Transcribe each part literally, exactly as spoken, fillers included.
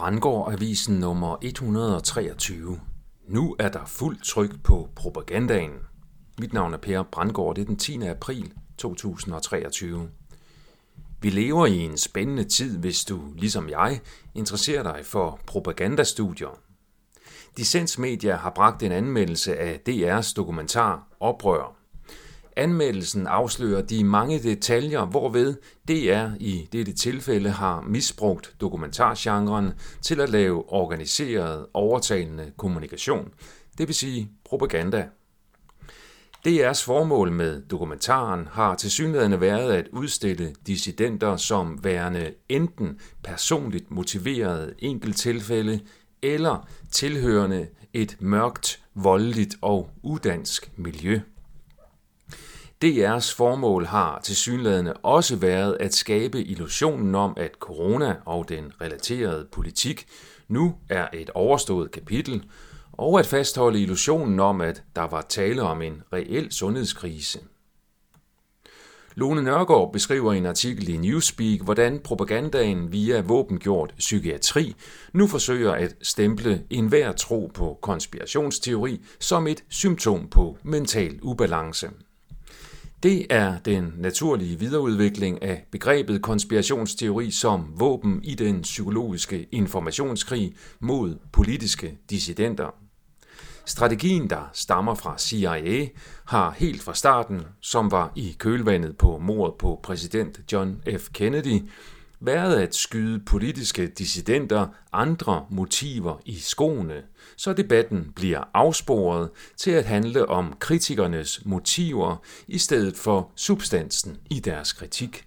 Brandgård-avisen nummer et hundrede og treogtyve. Nu er der fuldt tryk på propagandaen. Mit navn er Per Brandgård, det er den tiende april to tusind og treogtyve. Vi lever i en spændende tid, hvis du, ligesom jeg, interesserer dig for propagandastudier. Dissens Media har bragt en anmeldelse af D R's dokumentar Oprør. Anmeldelsen afslører de mange detaljer, hvorved D R i dette tilfælde har misbrugt dokumentargenren til at lave organiseret, overtalende kommunikation, det vil sige propaganda. D R's formål med dokumentaren har tilsyneladende været at udstille dissidenter som værende enten personligt motiverede enkelttilfælde eller tilhørende et mørkt, voldeligt og udansk miljø. D R's formål har tilsyneladende også været at skabe illusionen om, at corona og den relaterede politik nu er et overstået kapitel, og at fastholde illusionen om, at der var tale om en reel sundhedskrise. Lone Nørgaard beskriver i en artikel i Newspeak, hvordan propagandaen via våbengjort psykiatri nu forsøger at stemple enhver tro på konspirationsteori som et symptom på mental ubalance. Det er den naturlige videreudvikling af begrebet konspirationsteori som våben i den psykologiske informationskrig mod politiske dissidenter. Strategien, der stammer fra C I A, har helt fra starten, som var i kølvandet på mordet på præsident John F. Kennedy, været at skyde politiske dissidenter andre motiver i skoene, så debatten bliver afsporet til at handle om kritikernes motiver i stedet for substansen i deres kritik.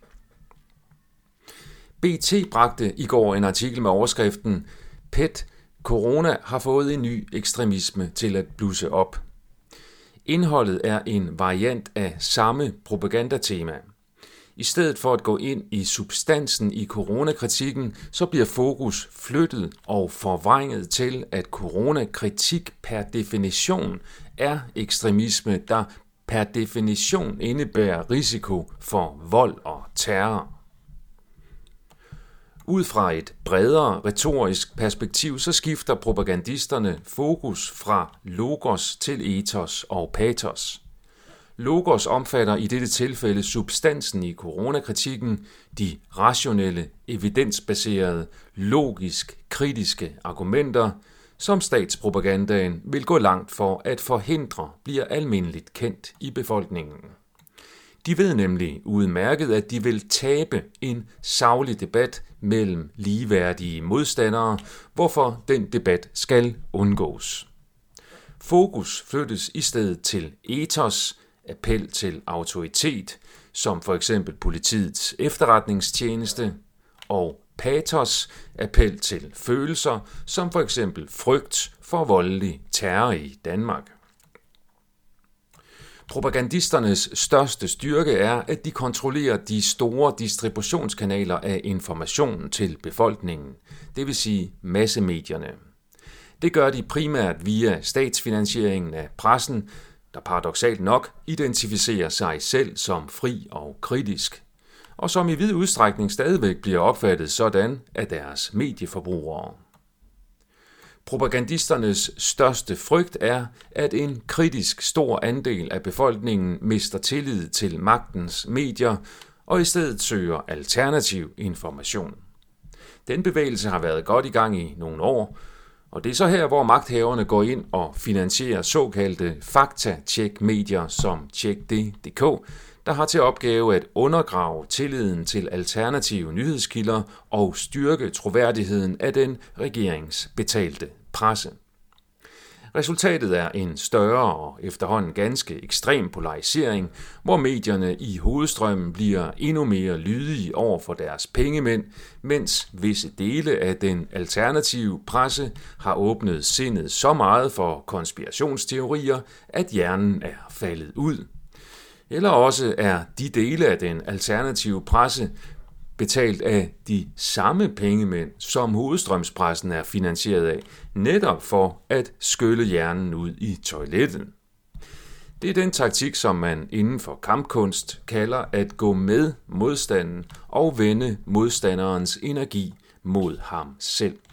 B T bragte i går en artikel med overskriften P E T: Corona har fået en ny ekstremisme til at blusse op. Indholdet er en variant af samme propagandatema. I stedet for at gå ind i substansen i coronakritikken, så bliver fokus flyttet og forvrænget til, at coronakritik per definition er ekstremisme, der per definition indebærer risiko for vold og terror. Ud fra et bredere retorisk perspektiv, så skifter propagandisterne fokus fra logos til ethos og pathos. Logos omfatter i dette tilfælde substansen i coronakritikken, de rationelle, evidensbaserede, logisk kritiske argumenter, som statspropagandaen vil gå langt for at forhindre bliver almindeligt kendt i befolkningen. De ved nemlig udmærket, at de vil tabe en saglig debat mellem ligeværdige modstandere, hvorfor den debat skal undgås. Fokus flyttes i stedet til ethos, appel til autoritet, som for eksempel politiets efterretningstjeneste, og pathos, appel til følelser, som for eksempel frygt for voldelig terror i Danmark. Propagandisternes største styrke er, at de kontrollerer de store distributionskanaler af information til befolkningen, det vil sige massemedierne. Det gør de primært via statsfinansieringen af pressen, der paradoksalt nok identificerer sig selv som fri og kritisk, og som i vid udstrækning stadigvæk bliver opfattet sådan af deres medieforbrugere. Propagandisternes største frygt er, at en kritisk stor andel af befolkningen mister tillid til magtens medier og i stedet søger alternativ information. Den bevægelse har været godt i gang i nogle år, og det er så her, hvor magthaverne går ind og finansierer såkaldte fakta-check-medier som Tjek det punktum d k, der har til opgave at undergrave tilliden til alternative nyhedskilder og styrke troværdigheden af den regeringsbetalte presse. Resultatet er en større og efterhånden ganske ekstrem polarisering, hvor medierne i hovedstrømmen bliver endnu mere lydige over for deres pengemænd, mens visse dele af den alternative presse har åbnet sindet så meget for konspirationsteorier, at hjernen er faldet ud. Eller også er de dele af den alternative presse betalt af de samme pengemænd, som hovedstrømspressen er finansieret af, netop for at skylle hjernen ud i toilettet. Det er den taktik, som man inden for kampkunst kalder at gå med modstanden og vende modstanderens energi mod ham selv.